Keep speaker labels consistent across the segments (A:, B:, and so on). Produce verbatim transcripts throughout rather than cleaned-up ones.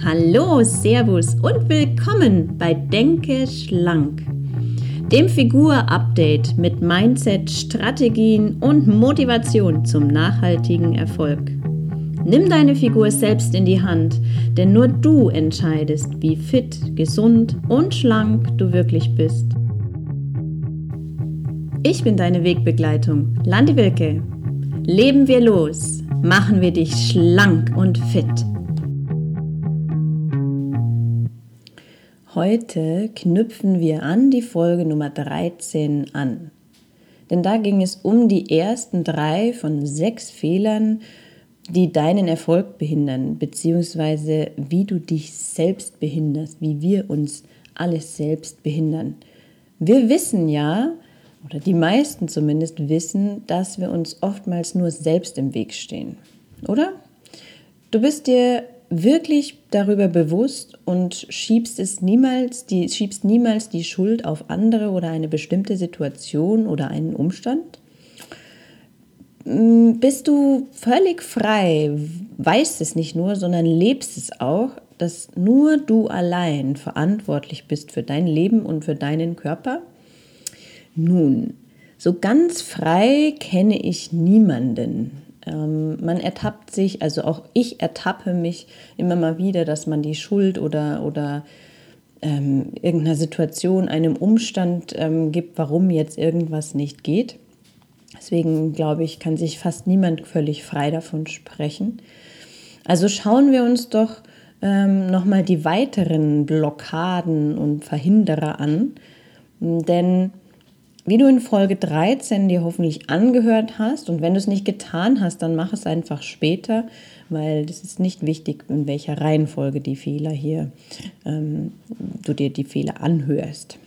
A: Hallo, Servus und willkommen bei Denke Schlank, dem Figur-Update mit Mindset, Strategien und Motivation zum nachhaltigen Erfolg. Nimm deine Figur selbst in die Hand, denn nur du entscheidest, wie fit, gesund und schlank du wirklich bist. Ich bin deine Wegbegleitung, Landi Wilke. Leben wir los, machen wir dich schlank und fit. Heute knüpfen wir an die Folge Nummer dreizehn an. Denn da ging es um die ersten drei von sechs Fehlern, die deinen Erfolg behindern, beziehungsweise wie du dich selbst behinderst, wie wir uns alles selbst behindern. Wir wissen ja, oder die meisten zumindest wissen, dass wir uns oftmals nur selbst im Weg stehen, oder? Du bist dir wirklich darüber bewusst und schiebst es niemals, die, schiebst niemals die Schuld auf andere oder eine bestimmte Situation oder einen Umstand? Bist du völlig frei, weißt es nicht nur, sondern lebst es auch, dass nur du allein verantwortlich bist für dein Leben und für deinen Körper? Nun, so ganz frei kenne ich niemanden. Ähm, man ertappt sich, also auch ich ertappe mich immer mal wieder, dass man die Schuld oder, oder ähm, irgendeiner Situation, einem Umstand ähm, gibt, warum jetzt irgendwas nicht geht. Deswegen glaube ich, kann sich fast niemand völlig frei davon sprechen. Also schauen wir uns doch ähm, nochmal die weiteren Blockaden und Verhinderer an, denn wie du in Folge dreizehn dir hoffentlich angehört hast, und wenn du es nicht getan hast, dann mach es einfach später, weil das ist nicht wichtig, in welcher Reihenfolge die Fehler hier, ähm, du dir die Fehler anhörst.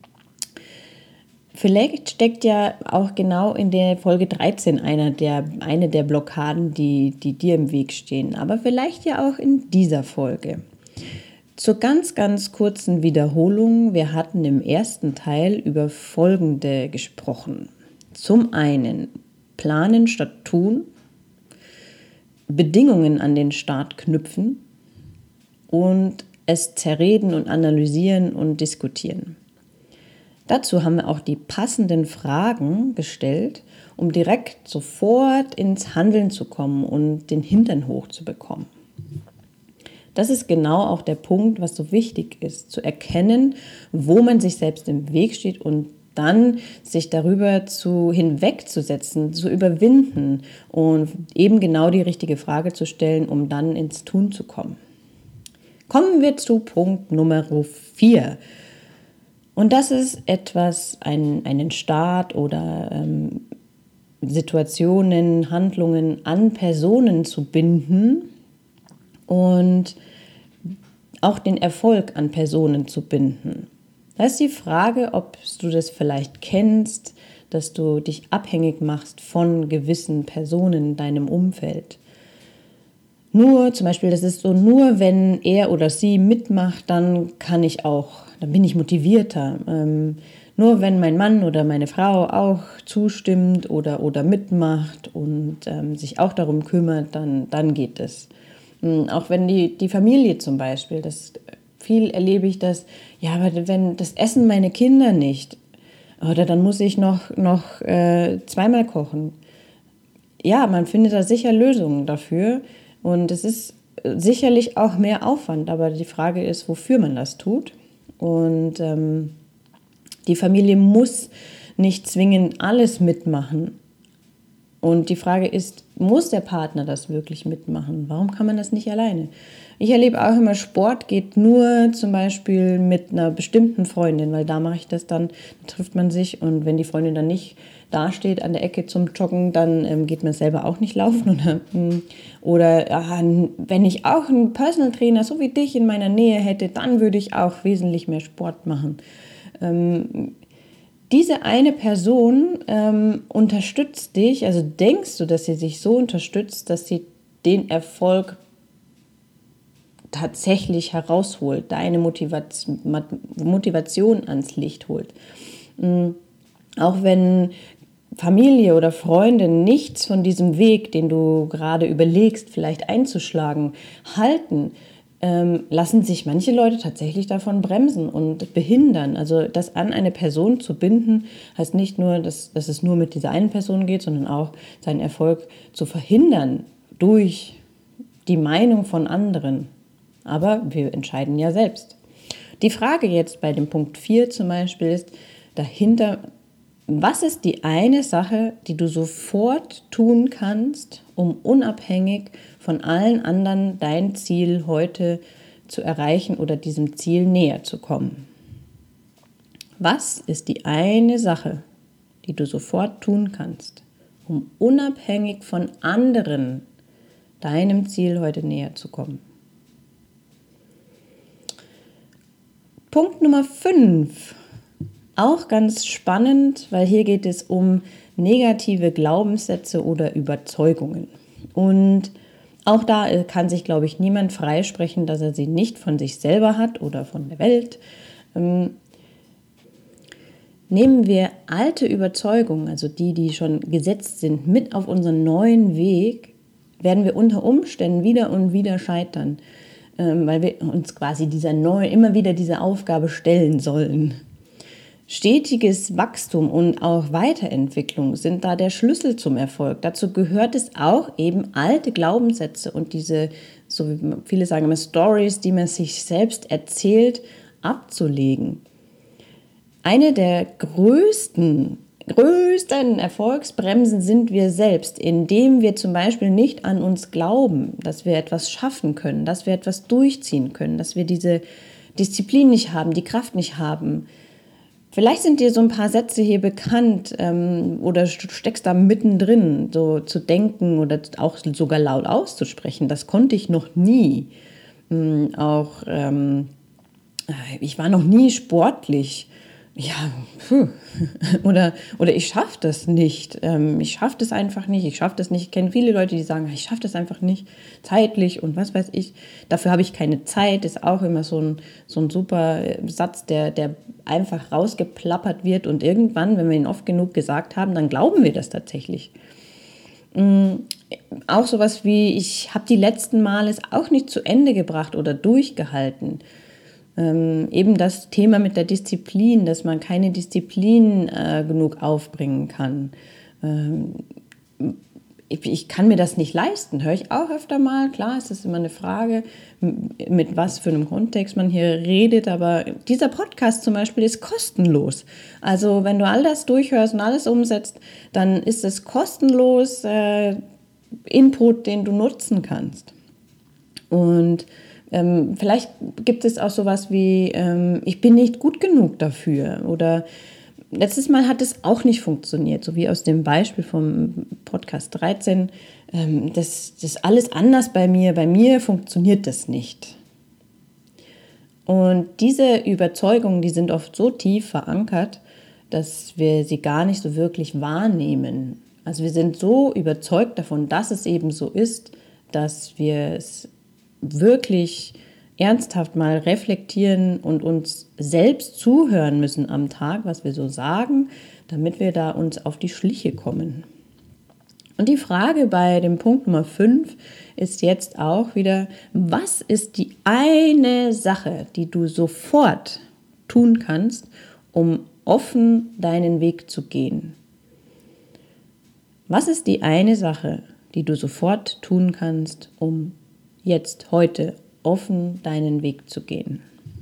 A: Vielleicht steckt ja auch genau in der Folge dreizehn einer der, eine der Blockaden, die, die dir im Weg stehen, aber vielleicht ja auch in dieser Folge. Zur ganz, ganz kurzen Wiederholung. Wir hatten im ersten Teil über Folgende gesprochen. Zum einen planen statt tun, Bedingungen an den Start knüpfen und es zerreden und analysieren und diskutieren. Dazu haben wir auch die passenden Fragen gestellt, um direkt sofort ins Handeln zu kommen und den Hintern hochzubekommen. Das ist genau auch der Punkt, was so wichtig ist, zu erkennen, wo man sich selbst im Weg steht und dann sich darüber zu hinwegzusetzen, zu überwinden und eben genau die richtige Frage zu stellen, um dann ins Tun zu kommen. Kommen wir zu Punkt Nummer vier. Und das ist etwas, ein, einen Start oder ähm, Situationen, Handlungen an Personen zu binden, und auch den Erfolg an Personen zu binden. Da ist die Frage, ob du das vielleicht kennst, dass du dich abhängig machst von gewissen Personen in deinem Umfeld. Nur, zum Beispiel, das ist so, nur wenn er oder sie mitmacht, dann kann ich auch, dann bin ich motivierter. Ähm, nur wenn mein Mann oder meine Frau auch zustimmt oder, oder mitmacht und ähm, sich auch darum kümmert, dann, dann geht es. Auch wenn die, die Familie zum Beispiel, das viel erlebe ich das, ja, aber wenn das essen meine Kinder nicht, oder dann muss ich noch, noch äh, zweimal kochen. Ja, man findet da sicher Lösungen dafür und es ist sicherlich auch mehr Aufwand, aber die Frage ist, wofür man das tut. Und ähm, die Familie muss nicht zwingend alles mitmachen. Und die Frage ist, muss der Partner das wirklich mitmachen? Warum kann man das nicht alleine? Ich erlebe auch immer, Sport geht nur zum Beispiel mit einer bestimmten Freundin, weil da mache ich das dann, da trifft man sich, und wenn die Freundin dann nicht dasteht an der Ecke zum Joggen, dann ähm, geht man selber auch nicht laufen. Oder, oder äh, wenn ich auch einen Personal Trainer so wie dich in meiner Nähe hätte, dann würde ich auch wesentlich mehr Sport machen. Ähm, Diese eine Person ähm, unterstützt dich, also denkst du, dass sie sich so unterstützt, dass sie den Erfolg tatsächlich herausholt, deine Motivation, Motivation ans Licht holt. Mhm. Auch wenn Familie oder Freunde nichts von diesem Weg, den du gerade überlegst, vielleicht einzuschlagen, halten, ähm, lassen sich manche Leute tatsächlich davon bremsen und behindern. Also das an eine Person zu binden, heißt nicht nur, dass, dass es nur mit dieser einen Person geht, sondern auch seinen Erfolg zu verhindern durch die Meinung von anderen. Aber wir entscheiden ja selbst. Die Frage jetzt bei dem Punkt vier zum Beispiel ist dahinter, was ist die eine Sache, die du sofort tun kannst, um unabhängig von allen anderen dein Ziel heute zu erreichen oder diesem Ziel näher zu kommen? Was ist die eine Sache, die du sofort tun kannst, um unabhängig von anderen deinem Ziel heute näher zu kommen? Punkt Nummer fünf. Auch ganz spannend, weil hier geht es um negative Glaubenssätze oder Überzeugungen. Und auch da kann sich, glaube ich, niemand freisprechen, dass er sie nicht von sich selber hat oder von der Welt. Ähm, nehmen wir alte Überzeugungen, also die, die schon gesetzt sind, mit auf unseren neuen Weg, werden wir unter Umständen wieder und wieder scheitern, ähm, weil wir uns quasi dieser neue, immer wieder diese Aufgabe stellen sollen. Stetiges Wachstum und auch Weiterentwicklung sind da der Schlüssel zum Erfolg. Dazu gehört es auch eben alte Glaubenssätze und diese, so wie viele sagen immer, Stories, die man sich selbst erzählt, abzulegen. Eine der größten, größten Erfolgsbremsen sind wir selbst, indem wir zum Beispiel nicht an uns glauben, dass wir etwas schaffen können, dass wir etwas durchziehen können, dass wir diese Disziplin nicht haben, die Kraft nicht haben. Vielleicht sind dir so ein paar Sätze hier bekannt ähm, oder du steckst da mittendrin, so zu denken oder auch sogar laut auszusprechen. Das konnte ich noch nie. Ähm, auch ähm, ich war noch nie sportlich. Ja, puh. oder, oder ich schaffe das nicht. Ähm, ich schaffe das einfach nicht. Ich schaffe das nicht. Ich kenne viele Leute, die sagen, ich schaffe das einfach nicht zeitlich und was weiß ich. Dafür habe ich keine Zeit. Ist auch immer so ein, so ein super Satz, der, der einfach rausgeplappert wird. Und irgendwann, wenn wir ihn oft genug gesagt haben, dann glauben wir das tatsächlich. Ähm, auch sowas wie, ich habe die letzten Male es auch nicht zu Ende gebracht oder durchgehalten. Ähm, eben das Thema mit der Disziplin, dass man keine Disziplin äh, genug aufbringen kann. Ähm, ich, ich kann mir das nicht leisten, höre ich auch öfter mal. Klar, es ist immer eine Frage, mit was für einem Kontext man hier redet, aber dieser Podcast zum Beispiel ist kostenlos. Also wenn du all das durchhörst und alles umsetzt, dann ist es kostenlos äh, Input, den du nutzen kannst. Und Ähm, vielleicht gibt es auch sowas wie, ähm, ich bin nicht gut genug dafür oder letztes Mal hat es auch nicht funktioniert, so wie aus dem Beispiel vom Podcast dreizehn, ähm, das, das ist alles anders bei mir, bei mir funktioniert das nicht. Und diese Überzeugungen, die sind oft so tief verankert, dass wir sie gar nicht so wirklich wahrnehmen. Also wir sind so überzeugt davon, dass es eben so ist, dass wir es wirklich ernsthaft mal reflektieren und uns selbst zuhören müssen am Tag, was wir so sagen, damit wir da uns auf die Schliche kommen. Und die Frage bei dem Punkt Nummer fünf ist jetzt auch wieder, was ist die eine Sache, die du sofort tun kannst, um offen deinen Weg zu gehen? Was ist die eine Sache, die du sofort tun kannst, um jetzt, heute, offen deinen Weg zu gehen?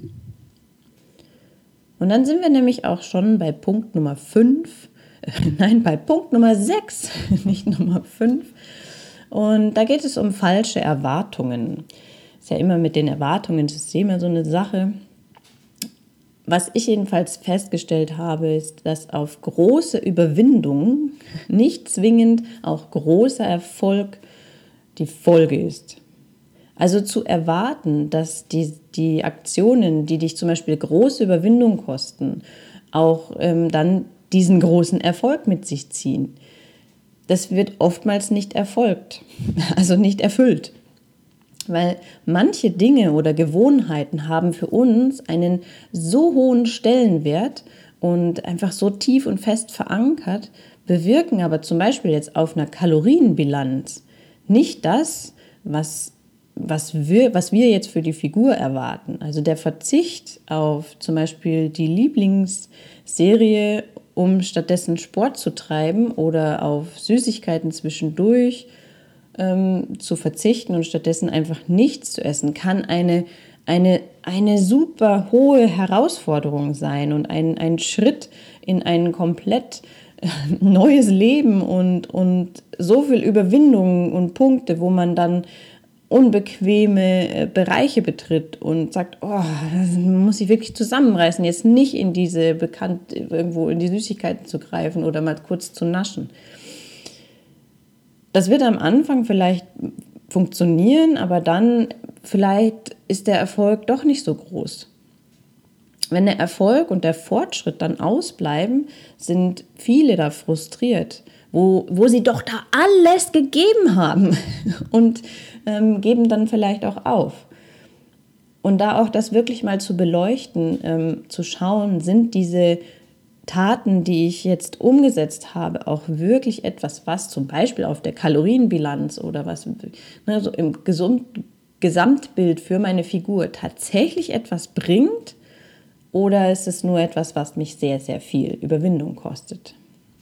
A: Und dann sind wir nämlich auch schon bei Punkt Nummer fünf, äh, nein, bei Punkt Nummer sechs, nicht Nummer fünf. Und da geht es um falsche Erwartungen. Ist ja immer mit den Erwartungen, das ist immer so eine Sache. Was ich jedenfalls festgestellt habe, ist, dass auf große Überwindung nicht zwingend auch großer Erfolg die Folge ist. Also zu erwarten, dass die, die Aktionen, die dich zum Beispiel große Überwindung kosten, auch ähm, dann diesen großen Erfolg mit sich ziehen. Das wird oftmals nicht erfolgt, also nicht erfüllt. Weil manche Dinge oder Gewohnheiten haben für uns einen so hohen Stellenwert und einfach so tief und fest verankert, bewirken aber zum Beispiel jetzt auf einer Kalorienbilanz nicht das, was was wir, was wir jetzt für die Figur erwarten. Also der Verzicht auf zum Beispiel die Lieblingsserie, um stattdessen Sport zu treiben oder auf Süßigkeiten zwischendurch ähm, zu verzichten und stattdessen einfach nichts zu essen, kann eine, eine, eine super hohe Herausforderung sein und ein, ein Schritt in ein komplett neues Leben und, und so viel Überwindung und Punkte, wo man dann unbequeme Bereiche betritt und sagt, oh, das muss ich wirklich zusammenreißen, jetzt nicht in diese bekannt irgendwo in die Süßigkeiten zu greifen oder mal kurz zu naschen. Das wird am Anfang vielleicht funktionieren, aber dann vielleicht ist der Erfolg doch nicht so groß. Wenn der Erfolg und der Fortschritt dann ausbleiben, sind viele da frustriert, wo, wo sie doch da alles gegeben haben und ähm, geben dann vielleicht auch auf. Und da auch das wirklich mal zu beleuchten, ähm, zu schauen, sind diese Taten, die ich jetzt umgesetzt habe, auch wirklich etwas, was zum Beispiel auf der Kalorienbilanz oder was ne, so im Gesund- Gesamtbild für meine Figur tatsächlich etwas bringt, oder ist es nur etwas, was mich sehr, sehr viel Überwindung kostet?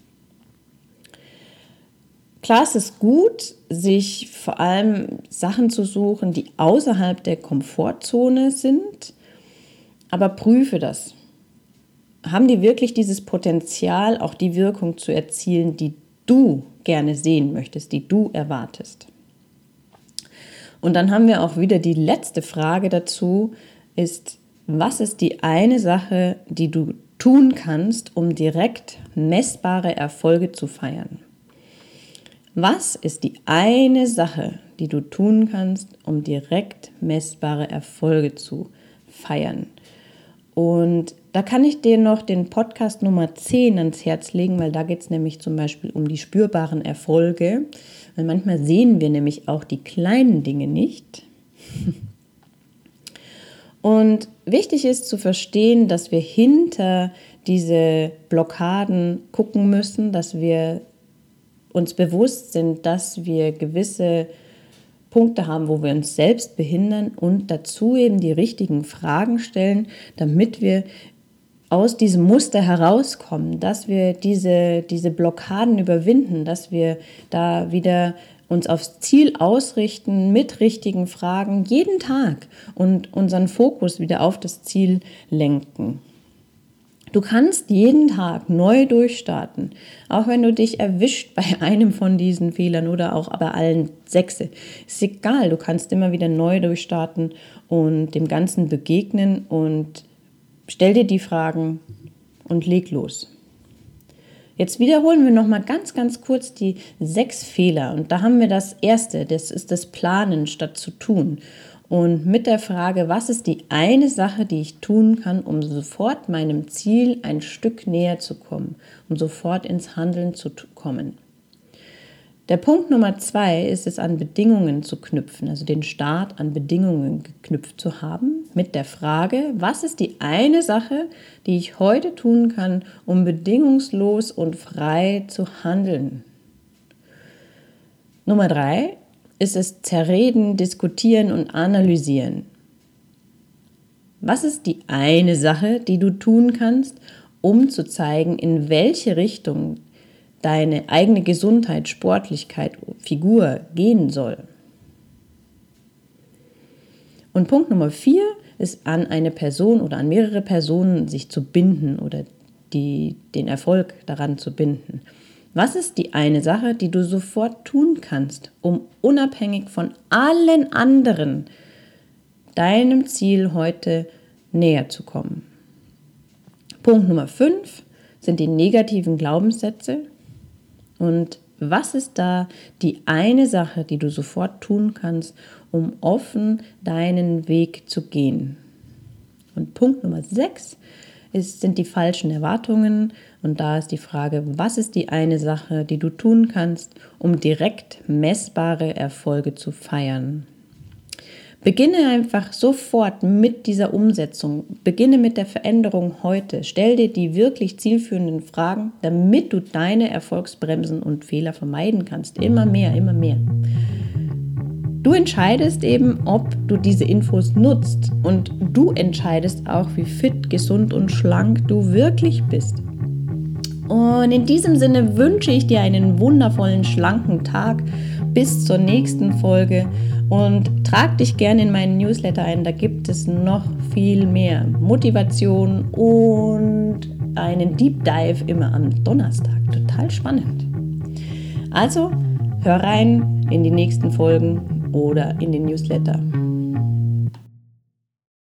A: Klar, es ist gut, sich vor allem Sachen zu suchen, die außerhalb der Komfortzone sind, aber prüfe das. Haben die wirklich dieses Potenzial, auch die Wirkung zu erzielen, die du gerne sehen möchtest, die du erwartest? Und dann haben wir auch wieder die letzte Frage dazu, ist, was ist die eine Sache, die du tun kannst, um direkt messbare Erfolge zu feiern? Was ist die eine Sache, die du tun kannst, um direkt messbare Erfolge zu feiern? Und da kann ich dir noch den Podcast Nummer zehn ans Herz legen, weil da geht es nämlich zum Beispiel um die spürbaren Erfolge. Weil manchmal sehen wir nämlich auch die kleinen Dinge nicht. Und wichtig ist zu verstehen, dass wir hinter diese Blockaden gucken müssen, dass wir uns bewusst sind, dass wir gewisse Punkte haben, wo wir uns selbst behindern und dazu eben die richtigen Fragen stellen, damit wir aus diesem Muster herauskommen, dass wir diese, diese Blockaden überwinden, dass wir da wieder uns aufs Ziel ausrichten mit richtigen Fragen jeden Tag und unseren Fokus wieder auf das Ziel lenken. Du kannst jeden Tag neu durchstarten, auch wenn du dich erwischt bei einem von diesen Fehlern oder auch bei allen sechs. Ist egal, du kannst immer wieder neu durchstarten und dem Ganzen begegnen und stell dir die Fragen und leg los. Jetzt wiederholen wir nochmal ganz, ganz kurz die sechs Fehler. Und da haben wir das erste, das ist das Planen statt zu tun. Und mit der Frage, was ist die eine Sache, die ich tun kann, um sofort meinem Ziel ein Stück näher zu kommen, um sofort ins Handeln zu kommen. Der Punkt Nummer zwei ist es, an Bedingungen zu knüpfen, also den Start an Bedingungen geknüpft zu haben, mit der Frage, was ist die eine Sache, die ich heute tun kann, um bedingungslos und frei zu handeln. Nummer drei ist es zerreden, diskutieren und analysieren. Was ist die eine Sache, die du tun kannst, um zu zeigen, in welche Richtung deine eigene Gesundheit, Sportlichkeit, Figur gehen soll? Und Punkt Nummer vier ist, an eine Person oder an mehrere Personen sich zu binden oder die, den Erfolg daran zu binden. Was ist die eine Sache, die du sofort tun kannst, um unabhängig von allen anderen deinem Ziel heute näher zu kommen? Punkt Nummer fünf sind die negativen Glaubenssätze. Und was ist da die eine Sache, die du sofort tun kannst, um offen deinen Weg zu gehen? Und Punkt Nummer sechs ist, sind die falschen Erwartungen. Und da ist die Frage, was ist die eine Sache, die du tun kannst, um direkt messbare Erfolge zu feiern? Beginne einfach sofort mit dieser Umsetzung. Beginne mit der Veränderung heute. Stell dir die wirklich zielführenden Fragen, damit du deine Erfolgsbremsen und Fehler vermeiden kannst. Immer mehr, immer mehr. Du entscheidest eben, ob du diese Infos nutzt und du entscheidest auch, wie fit, gesund und schlank du wirklich bist. Und in diesem Sinne wünsche ich dir einen wundervollen, schlanken Tag. Bis zur nächsten Folge und trag dich gerne in meinen Newsletter ein. Da gibt es noch viel mehr Motivation und einen Deep Dive immer am Donnerstag. Total spannend. Also hör rein in die nächsten Folgen oder in den Newsletter.